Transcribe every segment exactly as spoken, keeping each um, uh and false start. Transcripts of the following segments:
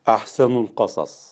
أحسن القصص.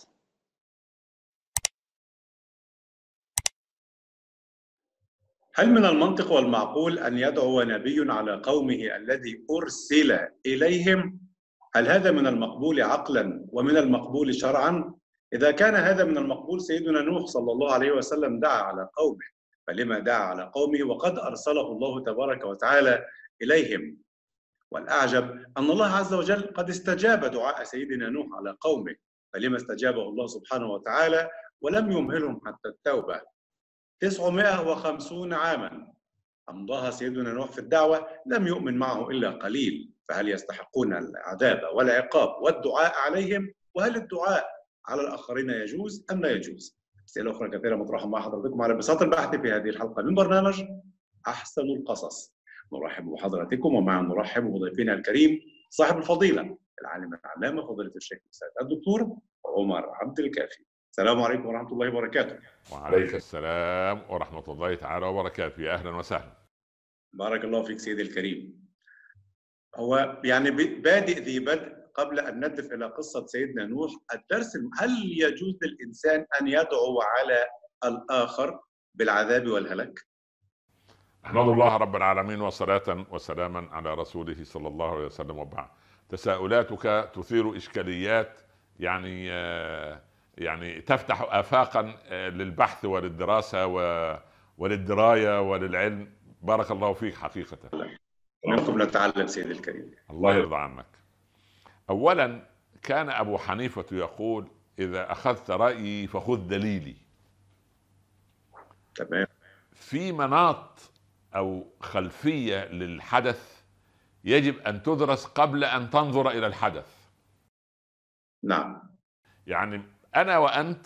هل من المنطق والمعقول أن يدعو نبي على قومه الذي أرسل إليهم؟ هل هذا من المقبول عقلا ومن المقبول شرعا؟ إذا كان هذا من المقبول، سيدنا نوح صلى الله عليه وسلم دعا على قومه، فلما دعا على قومه وقد أرسله الله تبارك وتعالى إليهم؟ والأعجب أن الله عز وجل قد استجاب دعاء سيدنا نوح على قومه، فلما استجابه الله سبحانه وتعالى ولم يمهلهم حتى التوبة؟ تسعمائة وخمسين عاما أمضاها سيدنا نوح في الدعوة، لم يؤمن معه إلا قليل، فهل يستحقون العذاب والعقاب والدعاء عليهم؟ وهل الدعاء على الآخرين يجوز أم لا يجوز؟ أسئلة أخرى كثيرة مطروحة مع حضراتكم على بساط البحث في هذه الحلقة من برنامج أحسن القصص. نرحب بحضراتكم، ومع نرحب بضيفنا الكريم صاحب الفضيلة العالم العلامة فضيلة الشيخ الأستاذ الدكتور عمر عبد الكافي. السلام عليكم ورحمة الله وبركاته. وعليك السلام ورحمة الله تعالى وبركاته. يا أهلا وسهلا. بارك الله فيك سيدي الكريم. هو يعني بادئ ذي بدء، قبل أن ندف إلى قصة سيدنا نوح، الدرس: هل يجوز للإنسان أن يدعو على الآخر بالعذاب والهلاك؟ أحمد الله رب العالمين وصلاة وسلاما على رسوله صلى الله عليه وسلم، وبعد. تساؤلاتك تثير إشكاليات، يعني يعني تفتح آفاقا للبحث وللدراسة وللدراية وللعلم. بارك الله فيك حقيقة. منكم نتعلم سيدي الكريم. الله يرضى عنك. أولا، كان أبو حنيفة يقول: إذا أخذت رأيي فخذ دليلي. تمام. في مناط أو خلفية للحدث يجب أن تدرس قبل أن تنظر إلى الحدث. نعم. يعني أنا وأنت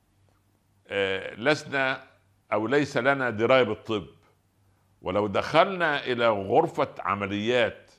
لسنا أو ليس لنا دراية بالطب، ولو دخلنا إلى غرفة عمليات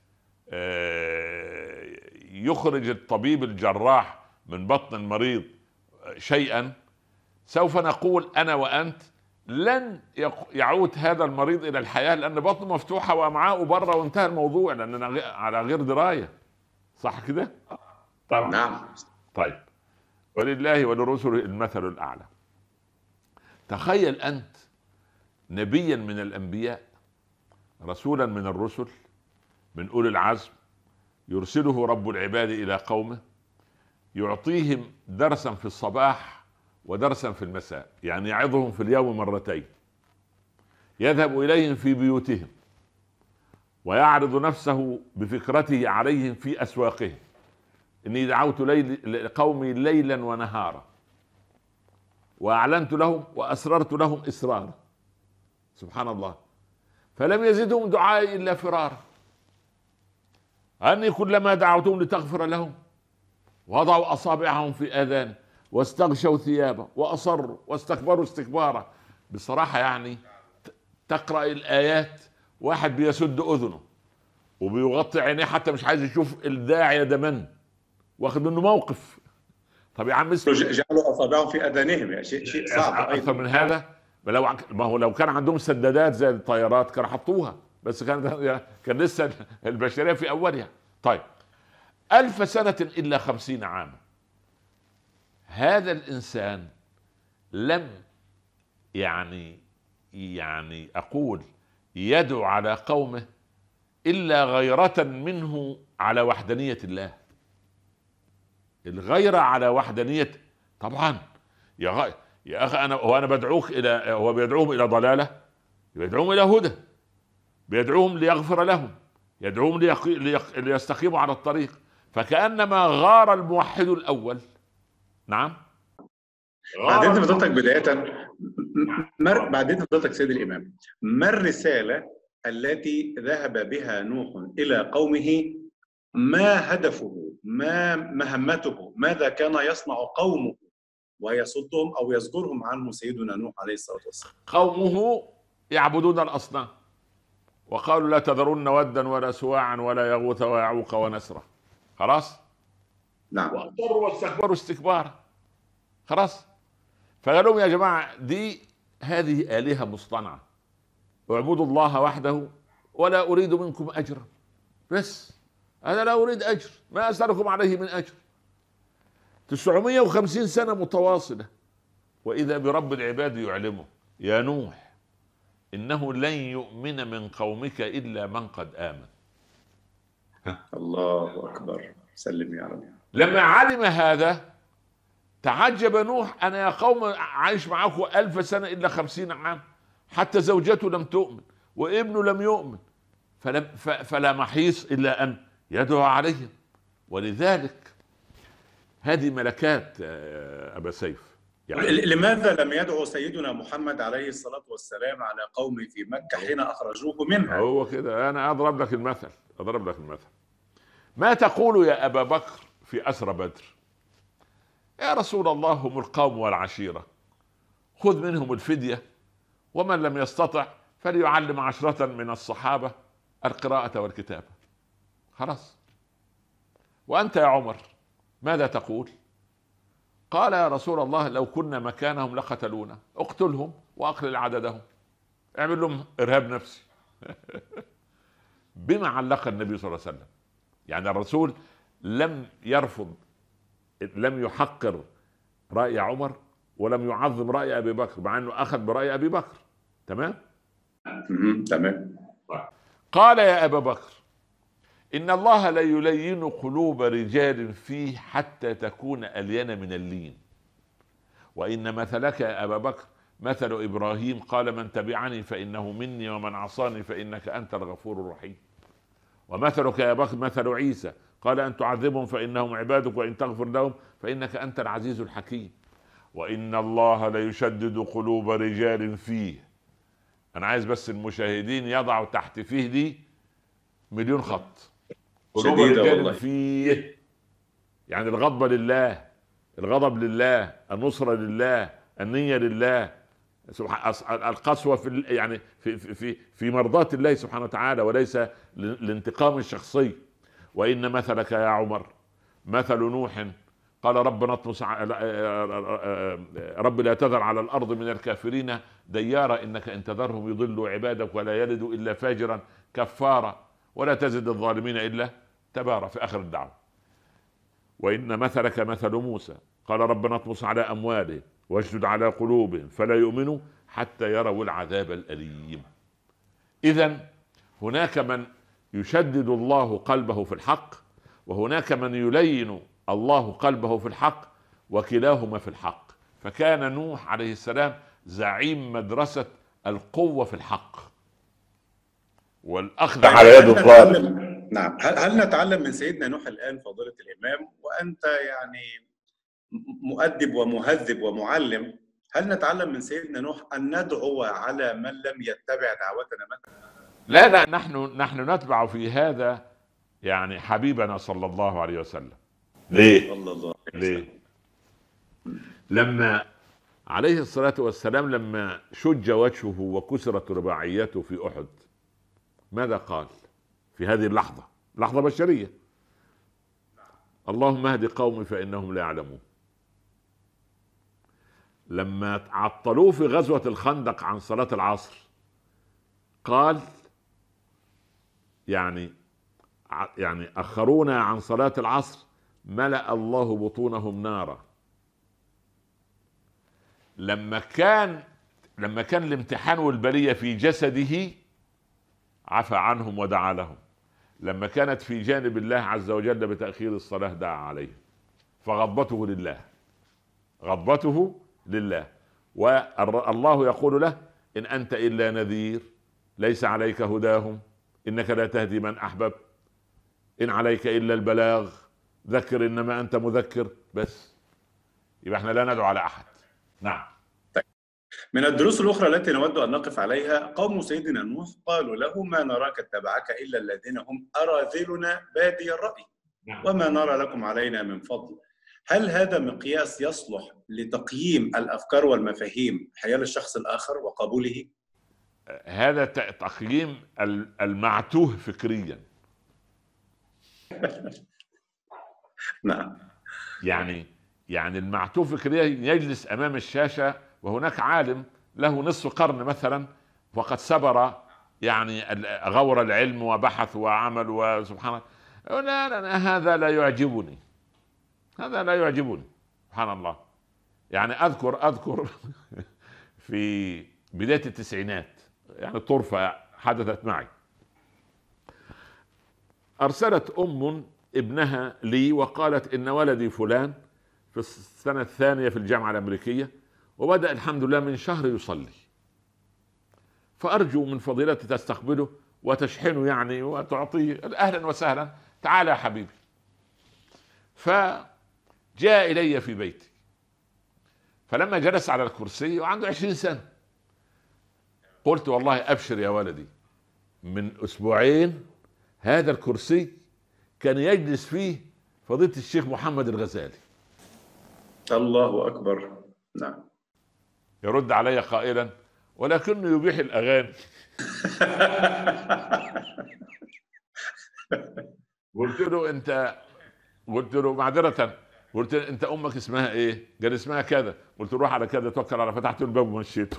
يخرج الطبيب الجراح من بطن المريض شيئا، سوف نقول أنا وأنت لن يعود هذا المريض إلى الحياة، لأن بطنه مفتوحة وأمعاءه بره، وانتهى الموضوع، لأننا على غير دراية. صح كده؟ طبعا. نعم. طيب، ولله ولرسله المثل الأعلى. تخيل أنت نبيا من الأنبياء، رسولا من الرسل، من أولي العزم، يرسله رب العباد إلى قومه، يعطيهم درسا في الصباح ودرسا في المساء، يعني يعظهم في اليوم مرتين، يذهب إليهم في بيوتهم ويعرض نفسه بفكرته عليهم في أسواقهم: إني دعوت ليل قومي ليلا ونهارا وأعلنت لهم وأسررت لهم إسرارا. سبحان الله. فلم يزدهم دعائي إلا فرارا، أني كلما دعوتهم لتغفر لهم وضعوا أصابعهم في آذان واستغشوا ثيابا وأصروا واستكبروا استكبارا. بصراحة يعني تقرأ الآيات واحد بيسد أذنه وبيغطي عينيه، حتى مش عايز يشوف الداعية ده من واخد منه موقف. طب يا عم، جعلوا أصابعهم في آذانهم، يا شيء شيء صعب أكثر من هذا. لو ما هو لو كان عندهم سدادات زي الطيارات كانوا حطوها، بس كان كان لسه البشرية في أولها. طيب، ألف سنة إلا خمسين عاما، هذا الإنسان لم يعني يعني أقول يدعو على قومه إلا غيرة منه على وحدانية الله. الغيرة على وحدانية، طبعا يا غير يا أخي، أنا وأنا بدعوك إلى، هو بيدعوهم إلى ضلالة، بيدعوهم إلى هدى، بيدعوهم ليغفر لهم، يدعوهم ليق... ليستقيموا على الطريق. فكأنما غار الموحد الأول. نعم. بعدين فضلتك بداية مر... بعدين فضلتك سيد الإمام، ما الرسالة التي ذهب بها نوح إلى قومه؟ ما هدفه؟ ما مهمته؟ ماذا كان يصنع قومه ويصدهم أو يزجرهم عنه سيدنا نوح عليه الصلاة والسلام؟ قومه يعبدون الأصنام، وقالوا لا تذرن ودا ولا سواعا ولا يغوث ويعوق ونسرا. خلاص. نعم. واضطروا واستكبروا استكبارا. خلاص. فقالوا يا جماعة، دي هذه آلهة مصطنعة، اعبدوا الله وحده ولا أريد منكم أجرا. بس أنا لا أريد أجر، ما أسألكم عليه من أجر. تسعمائة وخمسين سنة متواصلة، وإذا برب العباد يعلمه: يا نوح إنه لن يؤمن من قومك إلا من قد آمن. الله أكبر، سلم يا رب. لما علم هذا تعجب نوح: أنا يا قوم عايش معاكم ألف سنة إلا خمسين عام، حتى زوجته لم تؤمن وابنه لم يؤمن، فلم فلا محيص إلا أن يدعو عليهم. ولذلك هذه ملكات أبا سيف. يعني لماذا لم يدعو سيدنا محمد عليه الصلاة والسلام على قومه في مكة حين أخرجوه منها؟ هو كده. أنا أضرب لك المثل أضرب لك المثل ما تقول يا أبا بكر في أسرى بدر؟ يا رسول الله هم القوم والعشيرة، خذ منهم الفدية، ومن لم يستطع فليعلم عشرة من الصحابة القراءة والكتابة. خلاص. وأنت يا عمر ماذا تقول؟ قال: يا رسول الله لو كنا مكانهم لقتلونا، اقتلهم وأقلل عددهم، اعمل لهم إرهاب نفسي. بما علق النبي صلى الله عليه وسلم. يعني الرسول لم يرفض، لم يحقر رأي عمر، ولم يعظم رأي أبي بكر، مع أنه أخذ برأي أبي بكر. تمام؟ تمام. قال: يا أبا بكر إن الله لا يلين قلوب رجال فيه حتى تكون ألين من اللين، وإن مثلك يا أبا بكر مثل إبراهيم قال: من تبعني فإنه مني، ومن عصاني فإنك أنت الغفور الرحيم. ومثلك يا بكر مثل عيسى قال: أن تعذبهم فإنهم عبادك، وإن تغفر لهم فإنك أنت العزيز الحكيم. وإن الله لا يشدد قلوب رجال فيه. أنا عايز بس المشاهدين يضعوا تحت فيه دي مليون خط. قلوب رجال فيه يعني الغضب لله، الغضب لله، النصرة لله، النية لله، القسوة في يعني في في في مرضاة الله سبحانه وتعالى، وليس الانتقام الشخصي. وإن مثلك يا عمر مثل نوح قال: رب نطمس رب لا تذر على الأرض من الكافرين ديارا، إنك إن تذرهم يضلوا عبادك ولا يلدوا إلا فاجرا كفارا ولا تزد الظالمين إلا تبارا، في آخر الدعوة. وإن مثلك مثل موسى قال: ربنا اطمس على أموالهم واشدد على قلوبهم فلا يؤمنوا حتى يروا العذاب الأليم. إذن هناك من يشدد الله قلبه في الحق، وهناك من يلين الله قلبه في الحق، وكلاهما في الحق. فكان نوح عليه السلام زعيم مدرسة القوة في الحق والأخذ على يد الظالم. نعم. هل نتعلم من سيدنا نوح الآن فضيلة الإمام، وأنت يعني مؤدب ومهذب ومعلم، هل نتعلم من سيدنا نوح أن ندعو على من لم يتبع دعوتنا مثلا؟ لا لا، نحن نحن نتبع في هذا يعني حبيبنا صلى الله عليه وسلم. ليه؟ الله ليه؟ لما عليه الصلاة والسلام لما شج وجهه وكسرت رباعيته في أحد، ماذا قال في هذه اللحظة؟ لحظة بشرية: اللهم اهد قومي فإنهم لا يعلمون. لما عطلوه في غزوة الخندق عن صلاة العصر قال يعني يعني أخرونا عن صلاة العصر ملأ الله بطونهم نارا. لما كان لما كان الامتحان والبلية في جسده عفى عنهم ودعا لهم. لما كانت في جانب الله عز وجل بتأخير الصلاة دعا عليه. فغضبته لله، غضبته لله. والله يقول له: إن أنت إلا نذير ليس عليك هداهم إنك لا تهدي من أحببت إن عليك إلا البلاغ ذكر إنما أنت مذكر. بس يبقى احنا لا ندعو على أحد. نعم. طيب. من الدروس الأخرى التي نود أن نقف عليها: قوم سيدنا نوح قالوا له: ما نراك اتبعك إلا الذين هم أراذلنا بادي الرأي وما نرى لكم علينا من فضل. هل هذا مقياس يصلح لتقييم الأفكار والمفاهيم حيال الشخص الآخر وقبوله؟ هذا تقييم المعتوه فكريا. نعم. يعني يعني المعتوه فكريا يجلس أمام الشاشة وهناك عالم له نصف قرن مثلا وقد سبر يعني غور العلم وبحث وعمل وسبحان الله. لا لا لا، هذا لا يعجبني، هذا لا يعجبني. سبحان الله. يعني اذكر اذكر في بدايه التسعينات، يعني طرفه حدثت معي. ارسلت ام ابنها لي وقالت ان ولدي فلان في السنه الثانيه في الجامعه الامريكيه، وبدا الحمد لله من شهر يصلي، فارجو من فضيلتي تستقبله وتشحنه يعني وتعطيه اهلا وسهلا، تعال يا حبيبي. فجاء الي في بيتي، فلما جلس على الكرسي وعنده عشرين سنة قلت والله ابشر يا ولدي، من اسبوعين هذا الكرسي كان يجلس فيه فضيلة الشيخ محمد الغزالي. الله اكبر. نعم. يرد علي قائلا ولكنه يبيح الاغاني. قلت له انت، قلت له معذرة، قلت له انت امك اسمها ايه؟ قال اسمها كذا. قلت له روح على كذا توكل على، فتحت له الباب ومشيته.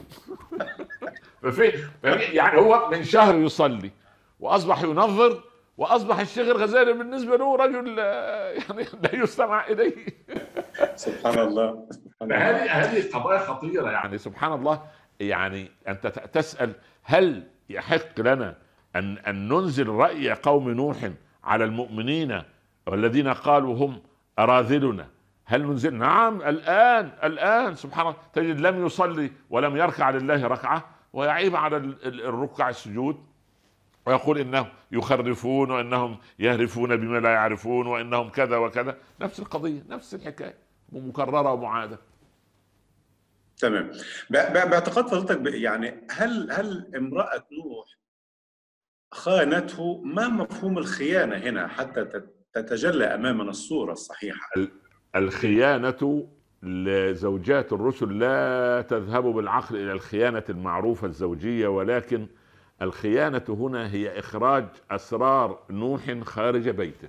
ففي يعني هو من شهر يصلي واصبح ينظر، واصبح الشيخ الغزالي بالنسبه له رجل يعني لا يستمع اليه. سبحان الله. هذه هذه قضايا خطيره يعني سبحان الله. يعني انت تسال هل يحق لنا ان ان ننزل راي قوم نوح على المؤمنين والذين قالوا هم اراذلنا؟ هل ننزل؟ نعم الان الان سبحان الله تجد لم يصلي ولم يركع لله ركعه ويعيب على الركع السجود ويقول انهم يخرفون وانهم يهرفون بما لا يعرفون وانهم كذا وكذا. نفس القضيه نفس الحكايه مكرره ومعاده. تمام. باعتقاد فضلتك يعني هل هل امرأة نوح خانته؟ ما مفهوم الخيانة هنا حتى تتجلى امامنا الصورة الصحيحة؟ الخيانة لزوجات الرسل لا تذهب بالعقل الى الخيانة المعروفة الزوجية، ولكن الخيانة هنا هي إخراج أسرار نوح خارج بيته.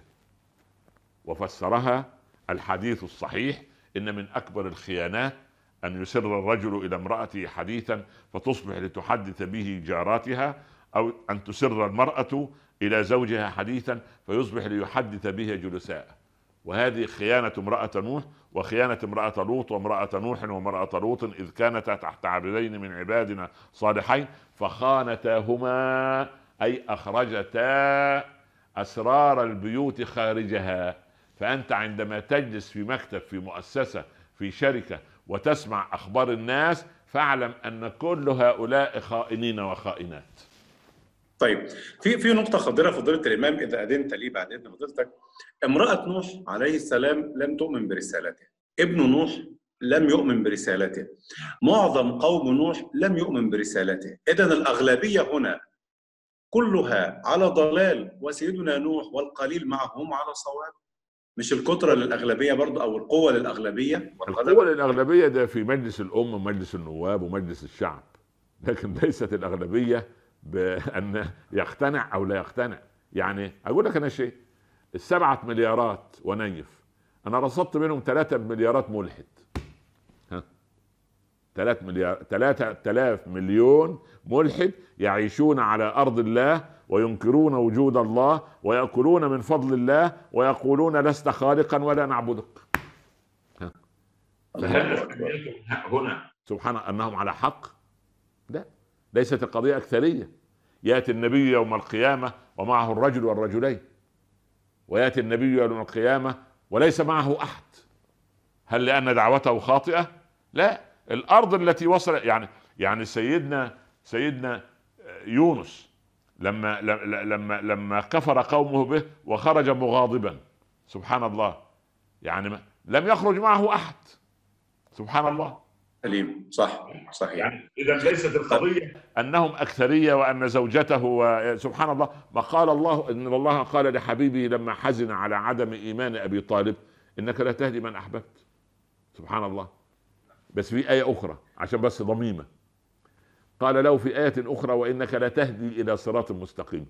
وفسرها الحديث الصحيح إن من أكبر الخيانات أن يسر الرجل إلى امرأته حديثا فتصبح لتحدث به جاراتها، أو أن تسر المرأة إلى زوجها حديثا فيصبح ليحدث به جلساء. وهذه خيانة امرأة نوح وخيانة امرأة لوط وامرأة نوح وامرأة لوط إذ كانتا تحت عبدين من عبادنا صالحين فخانتاهما، أي أخرجتا أسرار البيوت خارجها. فأنت عندما تجلس في مكتب في مؤسسة في شركة وتسمع أخبار الناس فاعلم أن كل هؤلاء خائنين وخائنات. طيب في في نقطة خطيرة فضيلة الإمام إذا أذنت لي بعد إذن فضيلتك. امرأة نوح عليه السلام لم تؤمن برسالته، ابن نوح لم يؤمن برسالته، معظم قوم نوح لم يؤمن برسالته. إذن الأغلبية هنا كلها على ضلال وسيدنا نوح والقليل معهم على صواب. مش الكترة للأغلبية برضو أو القوة للأغلبية؟ القوة للأغلبية ده في مجلس الأمة ومجلس النواب ومجلس الشعب، لكن ليست الأغلبية بأن يقتنع أو لا يقتنع. يعني أقول لك أنا شيء، السبعة مليارات ونيف أنا رصدت منهم ثلاثة مليارات ملحد. ها ثلاثة مليار ثلاثة آلاف مليون ملحد يعيشون على أرض الله وينكرون وجود الله ويأكلون من فضل الله ويقولون لست خالقا ولا نعبدك. ها فهل هنا سبحان أنهم على حق؟ لا، ليست القضية أكثرية. يأتي النبي يوم القيامة ومعه الرجل والرجلين، ويأتي النبي يوم القيامة وليس معه أحد. هل لأن دعوته خاطئة؟ لا، الأرض التي وصل يعني يعني سيدنا سيدنا يونس لما لما لما كفر قومه به وخرج مغاضبا سبحان الله، يعني لم يخرج معه أحد. سبحان الله. سليم. صح صحيح. يعني إذا ليست القضية أنهم أكثرية وأن زوجته و... سبحان الله. ما قال الله إن الله قال لحبيبه لما حزن على عدم إيمان أبي طالب إنك لا تهدي من أحببت. سبحان الله. بس في آية أخرى عشان بس ضميمة، قال له في آية أخرى وإنك لا تهدي إلى صراط مستقيم.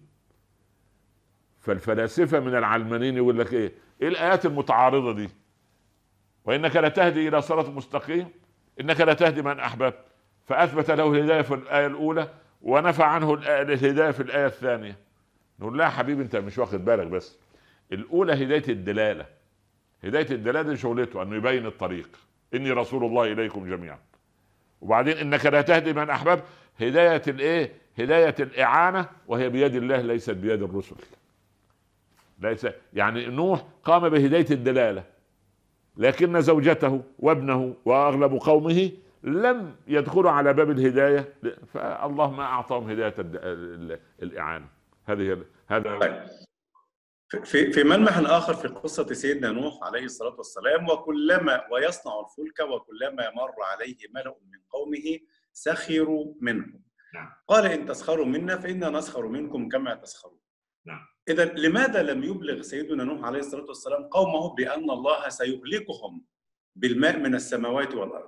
فالفلاسفة من العلمانيين يقول لك إيه إيه الآيات المتعارضة دي؟ وإنك لا تهدي إلى صراط مستقيم إنك لا تهدي من أحببت، فأثبت له الهداية في الآية الأولى ونفى عنه الهداية في الآية الثانية. نقول لا حبيبي أنت مش واخد بالك، بس الأولى هداية الدلالة، هدايه الدلاله شغلته انه يبين الطريق، اني رسول الله اليكم جميعا. وبعدين انك لا تهدي من احببت، هدايه الايه؟ هدايه الاعانه، وهي بيد الله ليست بيد الرسل. ليس يعني نوح قام بهدايه الدلاله، لكن زوجته وابنه واغلب قومه لم يدخلوا على باب الهدايه، فالله ما اعطاهم هدايه الاعانه. هذه هذا. طيب. في في ملمح اخر في قصه سيدنا نوح عليه الصلاه والسلام، وكلما ويصنع الفلك وكلما مر عليه ملأ من قومه سخروا منه. نعم. قال ان تسخروا منا فانا نسخر منكم كما تسخرون. نعم. اذا لماذا لم يبلغ سيدنا نوح عليه الصلاه والسلام قومه بان الله سيهلكهم بالماء من السماوات والارض؟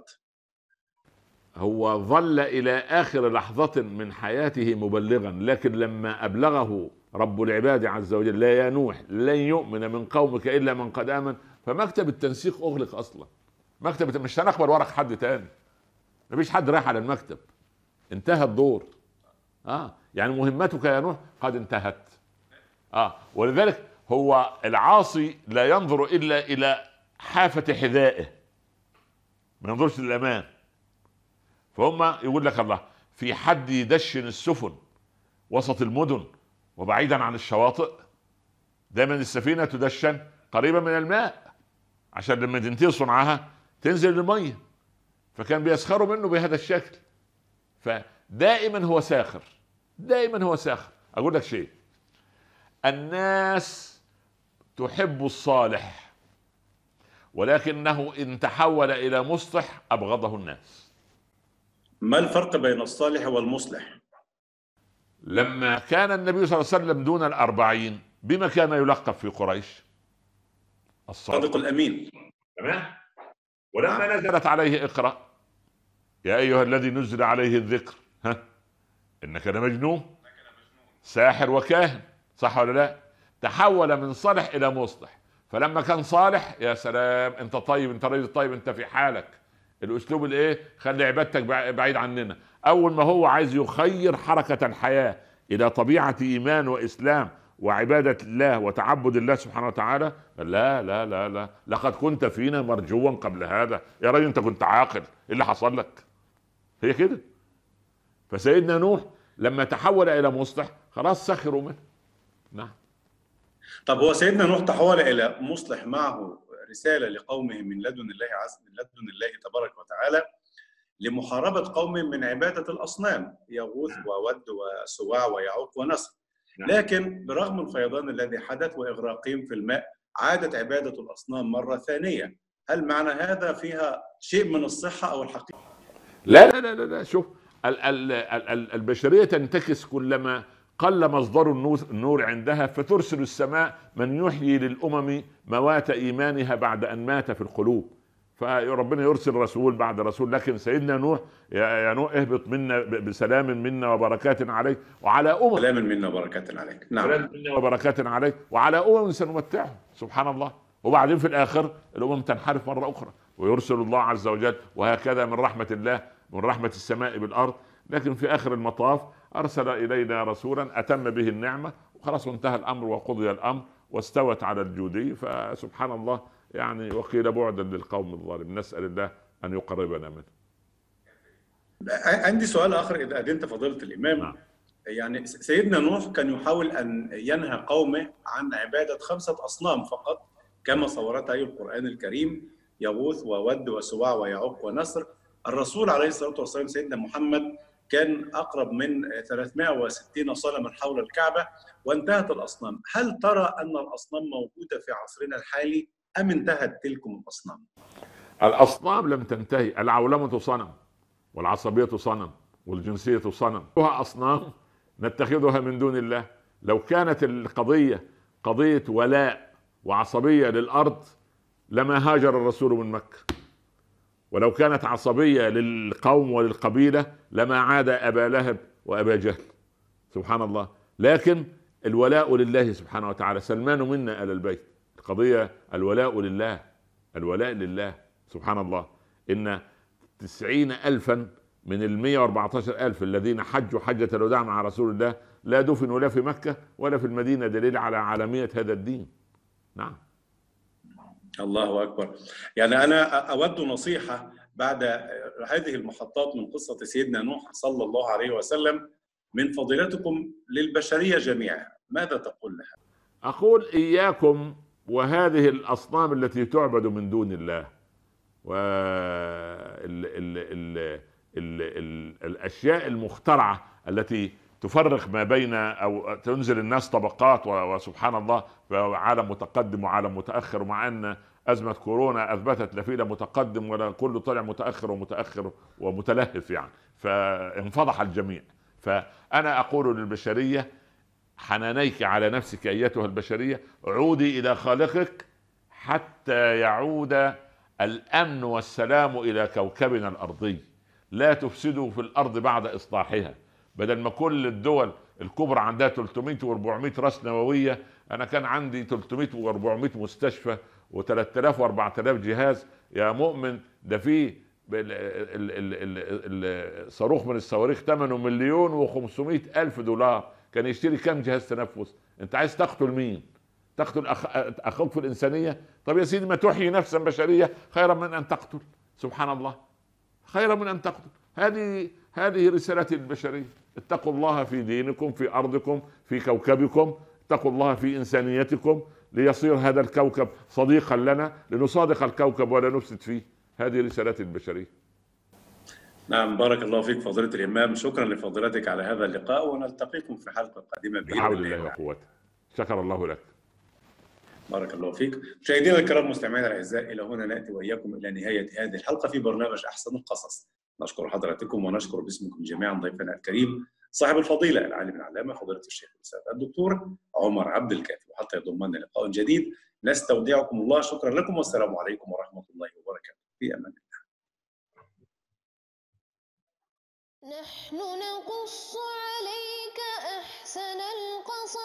هو ظل الى اخر لحظه من حياته مبلغا، لكن لما ابلغه رب العباد عز وجل لا يا نوح لن يؤمن من قومك الا من قد امن، فمكتب التنسيق اغلق اصلا. مكتب مش هنقبل ورق حد تاني، مفيش حد رايح على المكتب، انتهى الدور. اه يعني مهمتك يا نوح قد انتهت. اه ولذلك هو العاصي لا ينظر الا الى حافه حذائه، ما ينظرش للامام. فهم يقول لك الله في حد يدشن السفن وسط المدن وبعيدا عن الشواطئ. دايما السفينه تدشن قريبا من الماء عشان لما تنتهي صنعها تنزل الميه، فكان بيسخروا منه بهذا الشكل. فدائما هو ساخر، دائما هو ساخر. اقول لك شيء، الناس تحب الصالح، ولكنه ان تحول الى مصلح ابغضه الناس. ما الفرق بين الصالح والمصلح؟ لما كان النبي صلى الله عليه وسلم دون الأربعين بما كان يلقب في قريش؟ الصادق الأمين. تمام. ولما نزلت عليه اقرأ يا أيها الذي نزل عليه الذكر ها إنك لمجنون، ساحر وكاهن، صح ولا لا؟ تحول من صالح إلى مصلح. فلما كان صالح يا سلام، انت طيب، انت راجل طيب، انت في حالك، الاسلوب الايه، خلي عبادتك بعيد عننا. اول ما هو عايز يخير حركة الحياة الى طبيعة ايمان واسلام وعبادة الله وتعبد الله سبحانه وتعالى، لا لا لا لا لقد كنت فينا مرجوا قبل هذا يا راجل، انت كنت عاقل، ايه اللي حصل لك؟ هي كده. فسيدنا نوح لما تحول الى مصلح خلاص سخروا منه. نعم. طب هو سيدنا نوح تحول الى مصلح معه رسالة لقومه من لدن الله عز من لدن الله تبارك وتعالى لمحاربة قوم من عبادة الأصنام، يغوث وود وسواع ويعوق ونسر. لكن برغم الفيضان الذي حدث وإغراقهم في الماء عادت عبادة الأصنام مرة ثانية. هل معنى هذا فيها شيء من الصحة أو الحقيقة؟ لا لا لا لا شوف، ال ال ال البشرية تنتكس كلما قل مصدر النور عندها، فترسل السماء من يحيي للأمم موات إيمانها بعد أن مات في القلوب. فربنا يرسل رسول بعد رسول. لكن سيدنا نوح يا نوح اهبط منا بسلام منا وبركات عليك وعلى أمم، سلام منا وبركات عليك. نعم. سلام منا وبركات عليك وعلى أمم سنمتعهم. سبحان الله. وبعدين في الآخر الأمم تنحرف مرة أخرى ويرسل الله عز وجل، وهكذا من رحمة الله، من رحمة السماء بالأرض. لكن في آخر المطاف أرسل إلينا رسولا أتم به النعمة، وخلاص انتهى الأمر وقضي الأمر واستوت على الجودي. فسبحان الله يعني، وقيل بعدا للقوم الظالم. نسأل الله أن يقربنا منه. عندي سؤال آخر إذا أذنت فضيلة الإمام. نعم. يعني سيدنا نوح كان يحاول أن ينهى قومه عن عبادة خمسة أصنام فقط كما صورتها القرآن الكريم، يغوث وود وسواع ويعوق ونسر. الرسول عليه الصلاة والسلام سيدنا محمد كان أقرب من ثلاثمائة وستين صنما حول الكعبة وانتهت الأصنام. هل ترى أن الأصنام موجودة في عصرنا الحالي أم انتهت تلكم الأصنام؟ الأصنام لم تنتهي. العولمة صنم، والعصبية صنم، والجنسية صنم، كلها أصنام نتخذها من دون الله. لو كانت القضية قضية ولاء وعصبية للأرض لما هاجر الرسول من مكة، ولو كانت عصبية للقوم وللقبيلة لما عاد أبا لهب وأبا جهل. سبحان الله. لكن الولاء لله سبحانه وتعالى. سلمان منا آل البيت. القضية الولاء لله، الولاء لله سبحان الله. إن تسعين ألفا من المية واربعة عشر ألف الذين حجوا حجة الوداع مع رسول الله لا دفنوا لا في مكة ولا في المدينة، دليل على عالمية هذا الدين. نعم. الله أكبر. يعني أنا أود نصيحة بعد هذه المحطات من قصة سيدنا نوح صلى الله عليه وسلم من فضيلتكم للبشرية جميعا، ماذا تقول لها؟ أقول إياكم وهذه الأصنام التي تعبد من دون الله، والأشياء المخترعة التي تفرق ما بين أو تنزل الناس طبقات، وسبحان الله عالم متقدم وعالم متأخر، مع أن أزمة كورونا أثبتت لا في لا متقدم ولا كله طلع متأخر ومتأخر ومتلهف يعني، فانفضح الجميع. فأنا أقول للبشرية حنانيك على نفسك أيتها البشرية، عودي إلى خالقك حتى يعود الأمن والسلام إلى كوكبنا الأرضي. لا تفسدوا في الأرض بعد إصلاحها. بدل ما كل الدول الكبرى عندها ثلاثمائة وأربعمائة رأس نووية، أنا كان عندي ثلاثمائة وأربعمائة مستشفى وثلاثة آلاف وأربعة آلاف جهاز. يا مؤمن ده فيه الصاروخ من الصواريخ ثمنه مليون وخمسمائة ألف دولار، كان يشتري كم جهاز تنفس؟ أنت عايز تقتل مين؟ تقتل أخ... أخوك في الإنسانية؟ طب يا سيدي ما تحيي نفسا بشرية خيرا من أن تقتل. سبحان الله، خيرا من أن تقتل. هذه هذه رسالة البشرية. اتقوا الله في دينكم، في أرضكم، في كوكبكم. اتقوا الله في إنسانيتكم ليصير هذا الكوكب صديقا لنا، لنصادق الكوكب ولا نفسد فيه. هذه رسالة البشرية. نعم، بارك الله فيك فضيلة الإمام. شكرا لفضيلتك على هذا اللقاء، ونلتقيكم في حلقة قادمة بإذن بحول الله. الله وقوته. شكر الله لك. بارك الله فيك. مشاهدينا الكرام مستمعينا الاعزاء، الى هنا ناتي واياكم الى نهايه هذه الحلقه في برنامج احسن القصص. نشكر حضراتكم ونشكر باسمكم جميعا ضيفنا الكريم صاحب الفضيله العالم العلامه فضيله الشيخ الاستاذ الدكتور عمر عبد الكافي. وحتى يضمنا لقاء جديد نستودعكم الله. شكرا لكم والسلام عليكم ورحمه الله وبركاته. في امان الله. نحن نقص عليك أحسن القصص